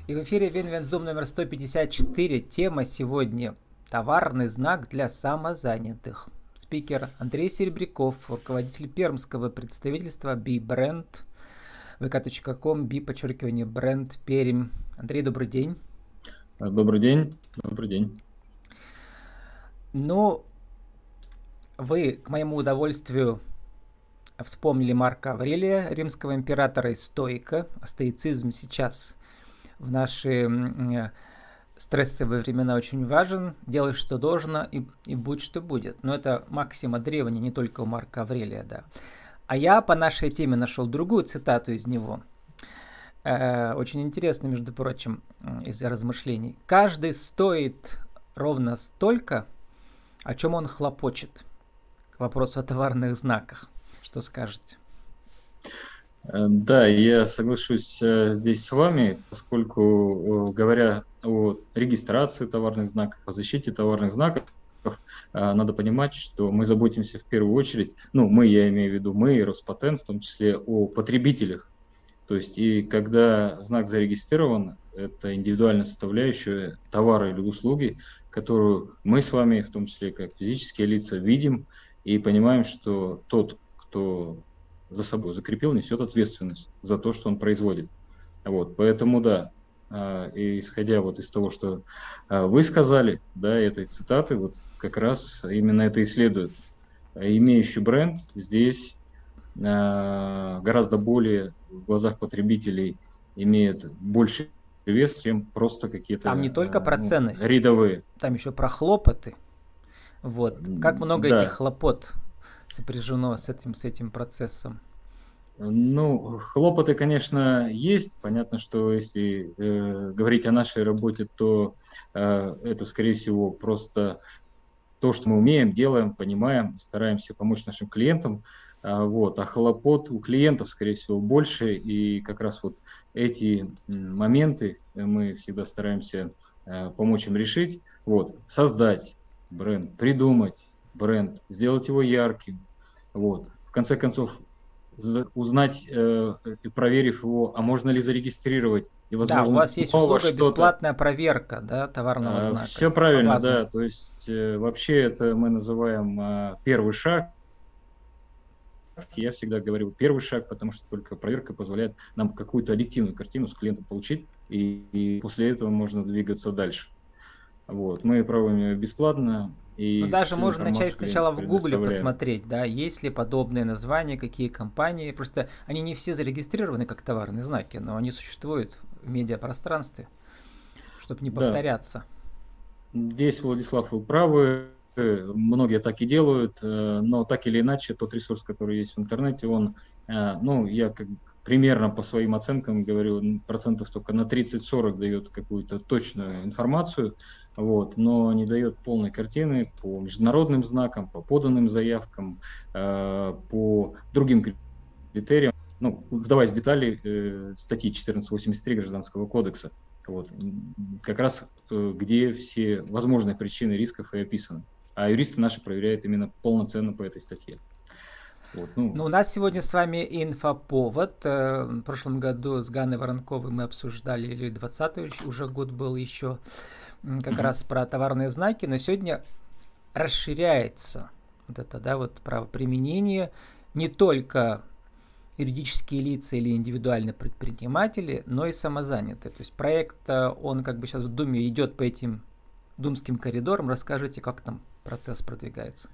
И в эфире Винвензум номер 154. Тема сегодня — товарный знак для самозанятых. Спикер Андрей Серебряков, руководитель пермского представительства B-Brand, vk.com, b_бренд Пермь. Андрей, добрый день. Добрый день. Добрый день. Ну, вы, к моему удовольствию, вспомнили Марка Аврелия, римского императора и стоика. А стоицизм сейчас в наши стрессовые времена очень важен. Делай, что должно, и будь, что будет. Но это максима древняя, не только у Марка Аврелия, да. А я по нашей теме нашел другую цитату из него. Очень интересно, между прочим, из размышлений. Каждый стоит ровно столько, о чем он хлопочет. К вопросу о товарных знаках. Что скажете? Да, я соглашусь здесь с вами, поскольку, говоря о регистрации товарных знаков, о защите товарных знаков, надо понимать, что мы заботимся в первую очередь, я имею в виду мы и Роспатент, в том числе о потребителях. То есть и когда знак зарегистрирован, это индивидуальная составляющая товара или услуги, которую мы с вами, в том числе как физические лица, видим и понимаем, что тот, кто за собой закрепил, несет ответственность за то, что он производит. Вот, поэтому да, и исходя вот из того, что вы сказали, да, этой цитаты, вот как раз именно это и следует. Имеющий бренд здесь гораздо более в глазах потребителей имеет больше вес, чем просто какие-то Там не только про ценность, рядовые. там еще про хлопоты. Вот. Как много Да. этих хлопот сопряжено с этим процессом? Хлопоты, конечно, есть. Понятно, что если говорить о нашей работе, то это, скорее всего, просто то, что мы умеем, делаем, понимаем, стараемся помочь нашим клиентам. А хлопот у клиентов, скорее всего, больше. И как раз вот эти моменты мы всегда стараемся помочь им решить. Вот. Создать бренд, придумать бренд, сделать его ярким. Вот. В конце концов, узнать, проверив его, а можно ли зарегистрировать. И, Да, у возможно, вас есть снова услуга что-то. бесплатная проверка, да, товарного знака. Все По правильно, базам. да. То есть вообще это мы называем первый шаг. Я всегда говорю первый шаг, потому что только проверка позволяет нам какую-то объективную картину с клиентом получить, и после этого можно двигаться дальше. Вот. Мы проводим ее бесплатно. Ну, И даже всю можно начать информацию клиенту сначала в Гугле предоставляем. посмотреть, да, есть ли подобные названия, какие компании. Просто они не все зарегистрированы как товарные знаки, но они существуют в медиапространстве, чтобы не Да, повторяться. здесь, Владислав, вы правы. Многие так и делают, но так или иначе тот ресурс, который есть в интернете, он, я как примерно по своим оценкам говорю, процентов только на 30-40 дает какую-то точную информацию, вот, но не дает полной картины по международным знакам, по поданным заявкам, по другим критериям. Вдаваясь в детали статьи 1483 Гражданского кодекса, вот, как раз где все возможные причины рисков и описаны. А юристы наши проверяют именно полноценно по этой статье. Вот, Ну, у нас сегодня с вами инфоповод. В прошлом году с Ганной Воронковой мы обсуждали, или 20-й уже год был еще, как раз про товарные знаки, но сегодня расширяется вот это, да, вот правоприменение не только юридические лица или индивидуальные предприниматели, но и самозанятые. То есть проект, он как бы сейчас в Думе идет по этим думским коридорам. Расскажите, как там процесс продвигается.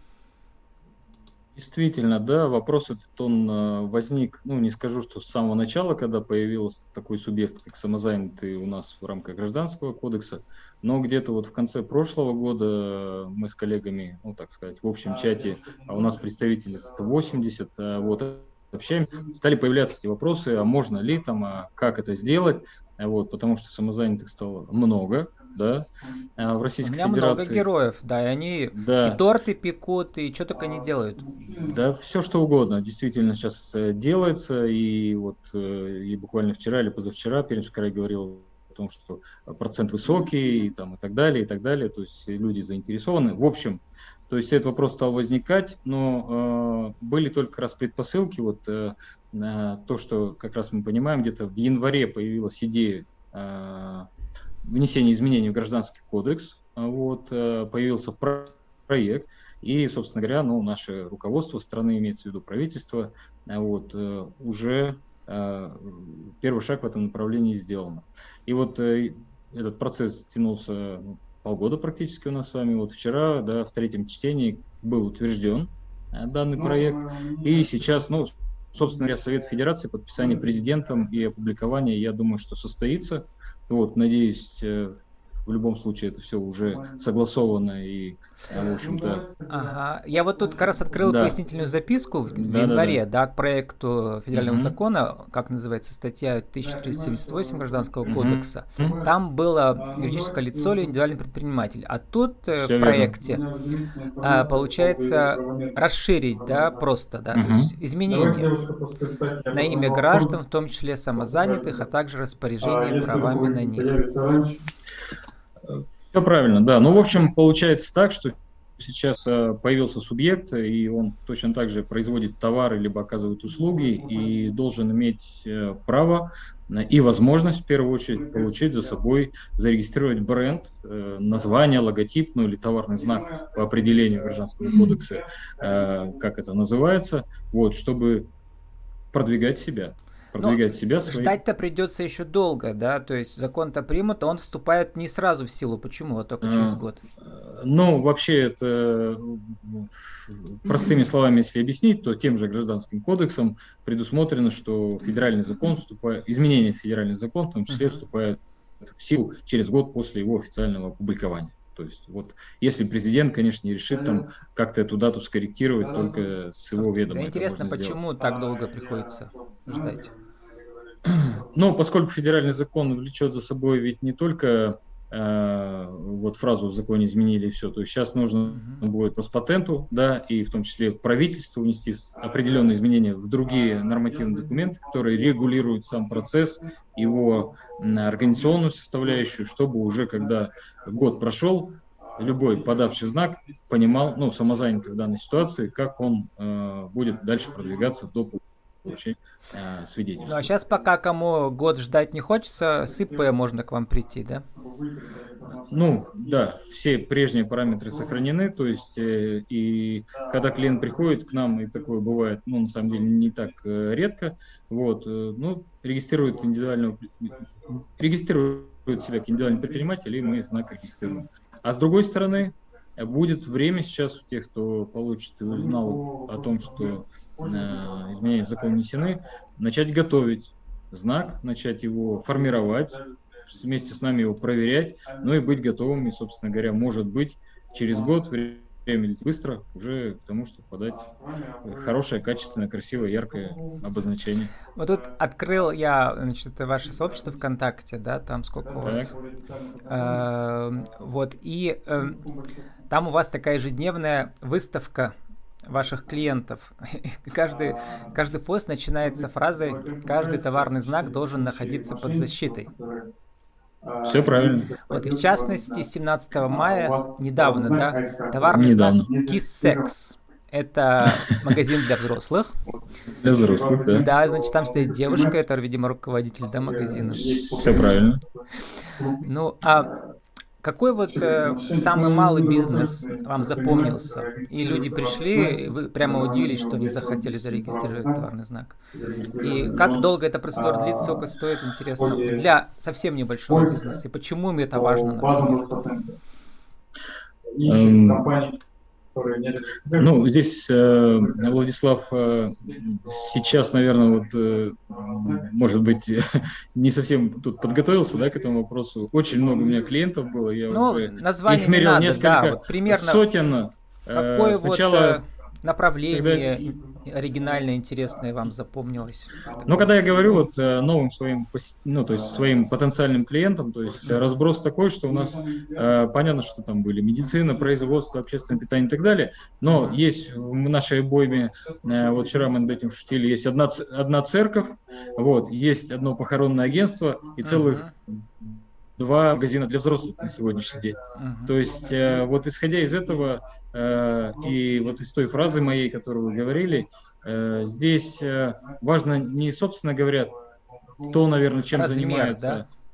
Действительно, да, вопрос этот, он возник, не скажу, что с самого начала, когда появился такой субъект, как самозанятый у нас в рамках Гражданского кодекса, но где-то вот в конце прошлого года мы с коллегами, так сказать, в общем чате, а у нас представителей 180, общаемся, стали появляться эти вопросы, а можно ли там, а как это сделать, потому что самозанятых стало много, да, в У Российской меня много Федерации. героев, да, и они и Да. торты пекут, и что только не делают. Да, все что угодно действительно сейчас делается, и и буквально вчера или позавчера Пермский край говорил о том, что процент высокий, и так далее, то есть люди заинтересованы. В общем, то есть этот вопрос стал возникать, но были только раз предпосылки, то, что как раз мы понимаем, где-то в январе появилась идея внесения изменений в Гражданский кодекс. Вот, появился проект, и, собственно говоря, ну, наше руководство страны, имеется в виду правительство, вот, уже первый шаг в этом направлении сделан. И вот этот процесс тянулся полгода практически у нас с вами. Вот вчера, да, в третьем чтении был утвержден данный проект, и сейчас, ну, собственно говоря, Совет Федерации, подписание президентом и опубликование, я думаю, что состоится. Вот, надеюсь, в любом случае это все уже согласовано и, в общем-то... Ага. Я вот тут как раз открыл пояснительную записку в январе, да, к проекту федерального закона, как называется, статья 1378 Гражданского кодекса. Там было юридическое лицо или индивидуальный предприниматель. А тут в проекте получается расширить, да, просто, да, то есть изменения на имя граждан, в том числе самозанятых, а также распоряжение правами на них. Все правильно, да. Ну, в общем, получается так, что сейчас появился субъект, и он точно так же производит товары либо оказывает услуги, и должен иметь право и возможность, в первую очередь, получить за собой, зарегистрировать бренд, название, логотип, ну или товарный знак по определению Гражданского кодекса, как это называется, вот, чтобы продвигать себя. Ждать-то придется еще долго, да, то есть закон-то примут, а он вступает не сразу в силу. Почему? А только через год. Ну, вообще, это простыми словами, если объяснить, то тем же Гражданским кодексом предусмотрено, что федеральный закон изменение в федеральный закон, в том числе, вступает в силу через год после его официального опубликования. То есть, вот, если президент, конечно, не решит там как-то эту дату скорректировать, только с его ведома. Да, интересно, почему так долго приходится ждать? Ну, поскольку федеральный закон влечет за собой ведь не только вот фразу в законе изменили и все, то есть сейчас нужно будет Роспатенту, да, и в том числе правительству внести определенные изменения в другие нормативные документы, которые регулируют сам процесс, его организационную составляющую, чтобы уже когда год прошел, любой подавший знак понимал, ну, самозанятый в данной ситуации, как он будет дальше продвигаться до получения свидетельства. Ну, а сейчас пока кому год ждать не хочется, с ИП можно к вам прийти, да? Ну, да, все прежние параметры сохранены, то есть и когда клиент приходит к нам, и такое бывает, ну, на самом деле, не так редко, вот, ну, регистрирует себя как индивидуальный предприниматель, и мы знак регистрируем. А с другой стороны, будет время сейчас у тех, кто получит и узнал о том, что изменения в закон внесены, начать готовить знак, начать его формировать, вместе с нами его проверять, ну и быть готовыми, собственно говоря, может быть, через год, время летит быстро, уже к тому, чтобы подать хорошее, качественное, красивое, яркое обозначение. Вот тут открыл я, значит, это ваше сообщество ВКонтакте, да, там сколько у вас? Вот, и там у вас такая ежедневная выставка ваших клиентов. Каждый пост начинается фразой «Каждый товарный знак должен находиться под защитой». Все правильно. Вот и в частности, 17 мая, недавно, да, товарный знак KissSex. Это магазин для взрослых. Для взрослых, да. Да, значит, там стоит девушка, это, видимо, руководитель, да, магазина. Все правильно. Ну, а какой вот самый малый бизнес вам запомнился? И люди пришли, и вы прямо удивились, что они захотели зарегистрировать товарный знак. И как долго эта процедура длится, сколько стоит, интересно, для совсем небольшого бизнеса. И почему им это важно, например? Ну, здесь Владислав сейчас, наверное, вот, может быть, не совсем тут подготовился, да, к этому вопросу. Очень много у меня клиентов было, я уже их мерил несколько вот примерно сотен. Какое сначала вот направление оригинальное, интересное вам запомнилось? Ну, когда я говорю вот новым своим, ну, то есть своим потенциальным клиентам, то есть разброс такой, что у нас понятно, что там были медицина, производство, общественное питание и так далее, но есть в нашей обойме, вот вчера мы над этим шутили, есть одна церковь, вот, есть одно похоронное агентство и целых 2 магазина для взрослых на сегодняшний день. То есть вот исходя из этого и вот из той фразы моей, которую вы говорили, здесь важно не, собственно говоря, кто, наверное, чем размер, занимается. Да?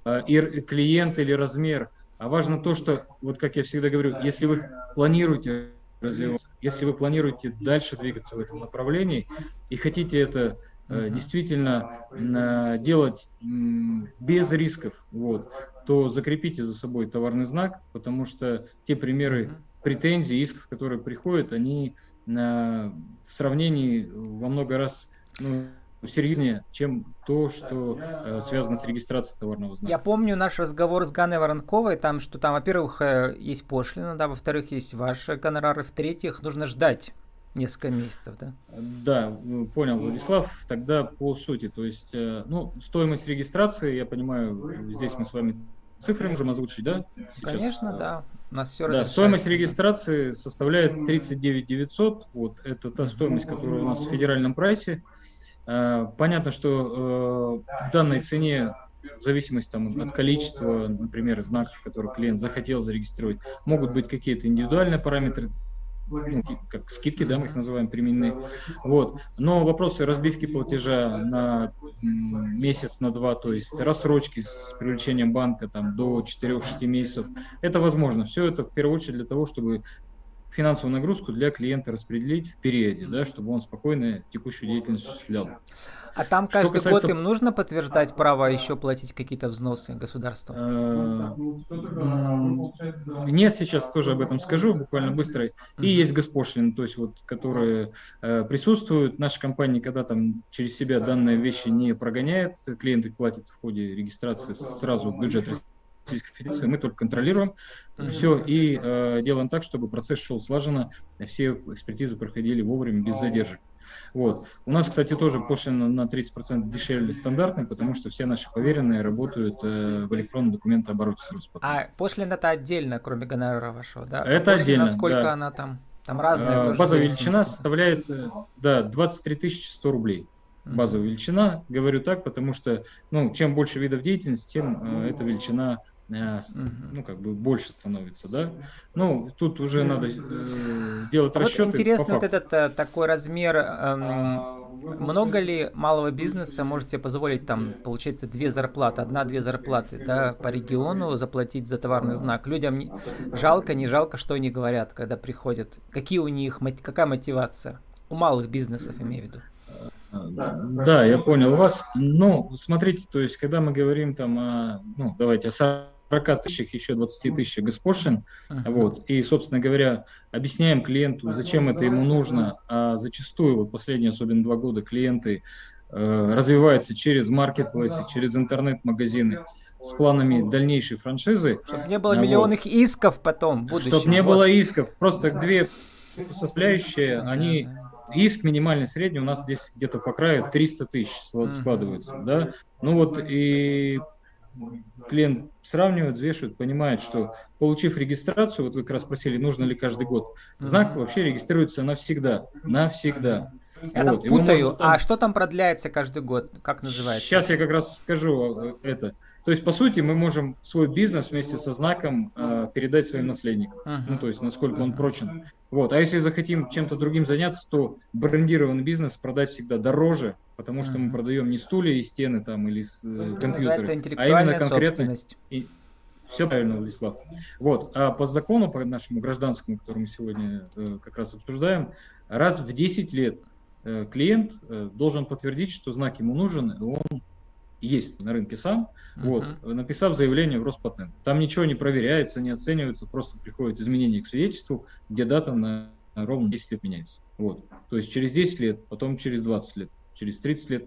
клиент или размер, а важно то, что, вот как я всегда говорю, если вы планируете развиваться, если вы планируете дальше двигаться в этом направлении и хотите это действительно делать без рисков, вот, то закрепите за собой товарный знак, потому что те примеры претензий, исков, которые приходят, они в сравнении во много раз серьезнее, чем то, что связано с регистрацией товарного знака. Я помню наш разговор с Ганной Воронковой, там, что там, во-первых, есть пошлина, да, во-вторых, есть ваши гонорары, в-третьих, нужно ждать несколько месяцев, да? Да, понял, Владислав. Тогда по сути, то есть, стоимость регистрации, я понимаю, здесь мы с вами цифры можем озвучить, да? Сейчас, конечно, да. У нас все да, стоимость регистрации составляет 39 900. Вот, это та стоимость, которая у нас в федеральном прайсе. Понятно, что к данной цене, в зависимости там, от количества, например, знаков, которые клиент захотел зарегистрировать, могут быть какие-то индивидуальные параметры, как скидки, да, мы их называем, применены. Вот. Но вопросы разбивки платежа на месяц, на два, то есть рассрочки с привлечением банка там, до 4-6 месяцев, это возможно. Все это в первую очередь для того, чтобы финансовую нагрузку для клиента распределить в периоде, да, чтобы он спокойно текущую деятельность осуществлял. А там каждый год им нужно подтверждать право еще платить какие-то взносы государству? Нет, сейчас тоже об этом скажу, буквально быстро. И есть госпошлины, то есть вот, которые присутствуют. Наша компания никогда там через себя данные вещи не прогоняет, клиент их платит в ходе регистрации сразу в бюджет Российской Федерации, мы только контролируем все и делаем так, чтобы процесс шел слаженно, все экспертизы проходили вовремя, без задержек. Вот. У нас, кстати, тоже пошлина на 30% дешевле стандартной, потому что все наши поверенные работают в электронном документообороте с Роспатентом. А пошлина-то отдельно, кроме гонорара вашего, да? Это отдельно, сколько да. она там? Там разная. Базовая величина составляет 23 100 рублей. Базовая величина, говорю так, потому что чем больше видов деятельности, тем эта величина как бы больше становится, да. Тут уже надо делать расчеты. Вот интересно, вот этот такой размер. Много ли малого бизнеса может себе позволить там, получается, 2 зарплаты, 1-2 зарплаты, да, по региону заплатить за товарный знак? Людям жалко, не жалко, что они говорят, когда приходят? Какая мотивация? У малых бизнесов, имею в виду. Да, я понял вас. Смотрите, то есть, когда мы говорим там о 40 тысячах, еще 20 тысяч госпошлин, вот, и, собственно говоря, объясняем клиенту, зачем это ему нужно, а зачастую, вот последние, особенно 2 года, клиенты развиваются через маркетплейсы, через интернет-магазины с планами дальнейшей франшизы. Чтобы не было миллионных исков потом в будущем. Чтобы не было исков, просто 2 составляющие, они... Иск минимальный, средний у нас здесь где-то по краю 300 тысяч складывается, да. И клиент сравнивает, взвешивает, понимает, что получив регистрацию, вот вы как раз спросили, нужно ли каждый год, знак вообще регистрируется навсегда. Я там путаю, а что там продляется каждый год, как называется? Сейчас я как раз скажу это. То есть, по сути, мы можем свой бизнес вместе со знаком передать своим наследникам. То есть, насколько он прочен. Вот. А если захотим чем-то другим заняться, то брендированный бизнес продать всегда дороже, потому что мы продаем не стулья и стены там, или компьютеры, а именно конкретно. Все правильно, Владислав. Вот. А по закону, по нашему гражданскому, который мы сегодня как раз обсуждаем, раз в 10 лет клиент должен подтвердить, что знак ему нужен, и он есть на рынке сам, написав заявление в Роспатент. Там ничего не проверяется, не оценивается, просто приходит изменение к свидетельству, где дата на ровно 10 лет меняется. Вот. То есть через 10 лет, потом через 20 лет, через 30 лет,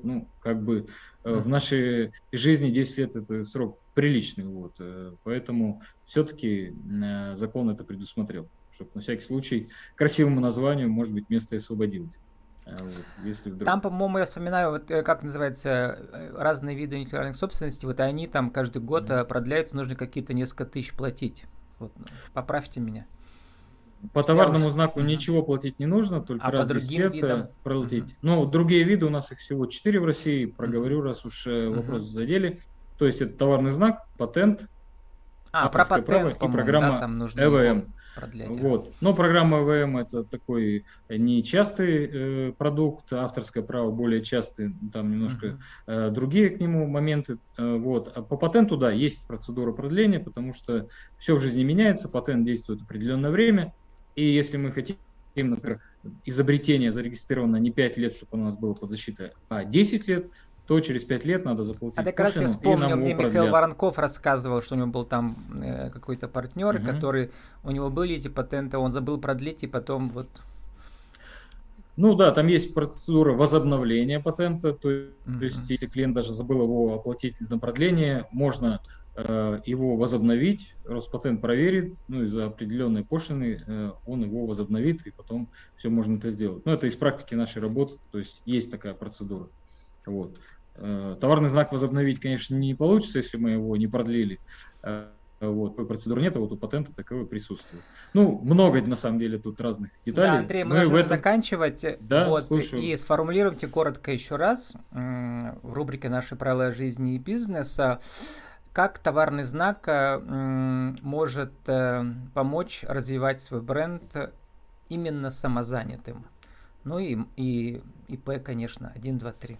в нашей жизни 10 лет это срок приличный. Вот. Поэтому все-таки закон это предусмотрел, чтобы на всякий случай красивому названию, может быть, место и освободилось. Если вдруг... Там, по-моему, я вспоминаю, как называется, разные виды интеллектуальной собственности, вот они там каждый год продляются, нужно какие-то несколько тысяч платить. Вот, поправьте меня. По товарному знаку ничего платить не нужно, только раз в 10 лет платить. Другие виды, у нас их всего 4 в России, проговорю, раз уж вопрос задели. То есть это товарный знак, патент, про патент, право и программа там нужно ЭВМ. продлять. Вот. Но программа АВМ это такой нечастый продукт, авторское право более частый, там немножко другие к нему моменты. Вот. А по патенту, да, есть процедура продления, потому что все в жизни меняется, патент действует определенное время, и если мы хотим, например, изобретение зарегистрировано не 5 лет, чтобы оно у нас было под защитой, а 10 лет, то через 5 лет надо заплатить так раз я пошлину, и вспомнил, нам мне его Михаил продлят. Воронков рассказывал, что у него был там какой-то партнер, который, у него были эти патенты, он забыл продлить, и потом вот... Ну да, там есть процедура возобновления патента, то есть если клиент даже забыл его оплатить на продление, можно его возобновить, Роспатент проверит, ну и за определенные пошлины он его возобновит, и потом все можно это сделать. Ну это из практики нашей работы, то есть есть такая процедура. Вот. Товарный знак возобновить, конечно, не получится, если мы его не продлили. Вот, такой процедуры нет, а вот у патента таковой присутствует. Ну, много на самом деле тут разных деталей. Да, Андрей, мы должны заканчивать. Да, вот, слушаю. И сформулируйте коротко еще раз в рубрике «Наши правила жизни и бизнеса», как товарный знак может помочь развивать свой бренд именно самозанятым. Ну и ИП, конечно, 1, 2, 3.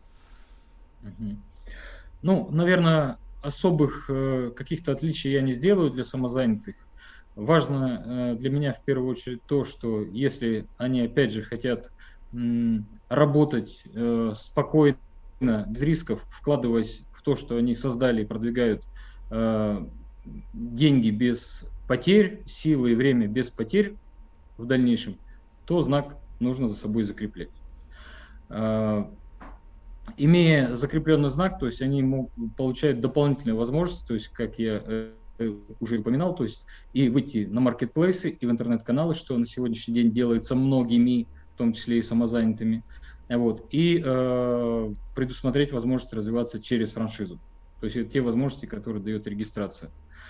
Ну, наверное, особых каких-то отличий я не сделаю для самозанятых. Важно для меня в первую очередь то, что если они, опять же, хотят работать спокойно, без рисков, вкладываясь в то, что они создали и продвигают деньги без потерь, силы и время без потерь в дальнейшем, то знак нужно за собой закреплять. Имея закрепленный знак, то есть они получают дополнительные возможности, то есть, как я уже упоминал, то есть и выйти на маркетплейсы, и в интернет-каналы, что на сегодняшний день делается многими, в том числе и самозанятыми, вот, и предусмотреть возможность развиваться через франшизу. То есть это те возможности, которые дает регистрация.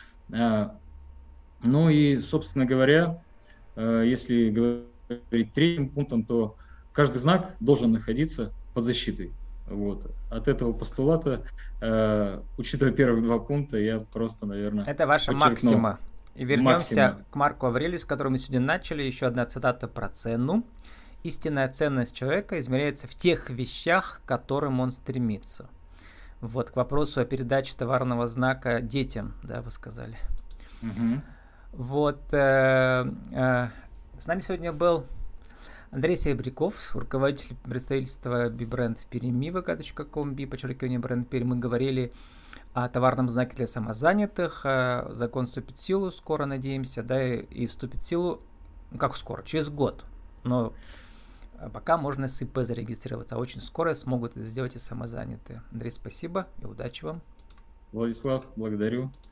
Ну и, собственно говоря, если говорить третьим пунктом, то каждый знак должен находиться под защитой. Вот. От этого постулата, учитывая первых два пункта, я просто, наверное, это ваша максима. И вернемся к Марку Аврелию, с которым мы сегодня начали. Еще одна цитата про цену. Истинная ценность человека измеряется в тех вещах, к которым он стремится. Вот, к вопросу о передаче товарного знака детям, да, вы сказали. Вот, с нами сегодня был Андрей Серебряков, руководитель представительства BiBrand в Перми, vk.com, bi_бренд Пермь. Мы говорили о товарном знаке для самозанятых. Закон вступит в силу скоро, надеемся, да, и вступит в силу, как скоро, через год. Но пока можно с ИП зарегистрироваться, а очень скоро смогут это сделать и самозанятые. Андрей, спасибо и удачи вам. Владислав, благодарю.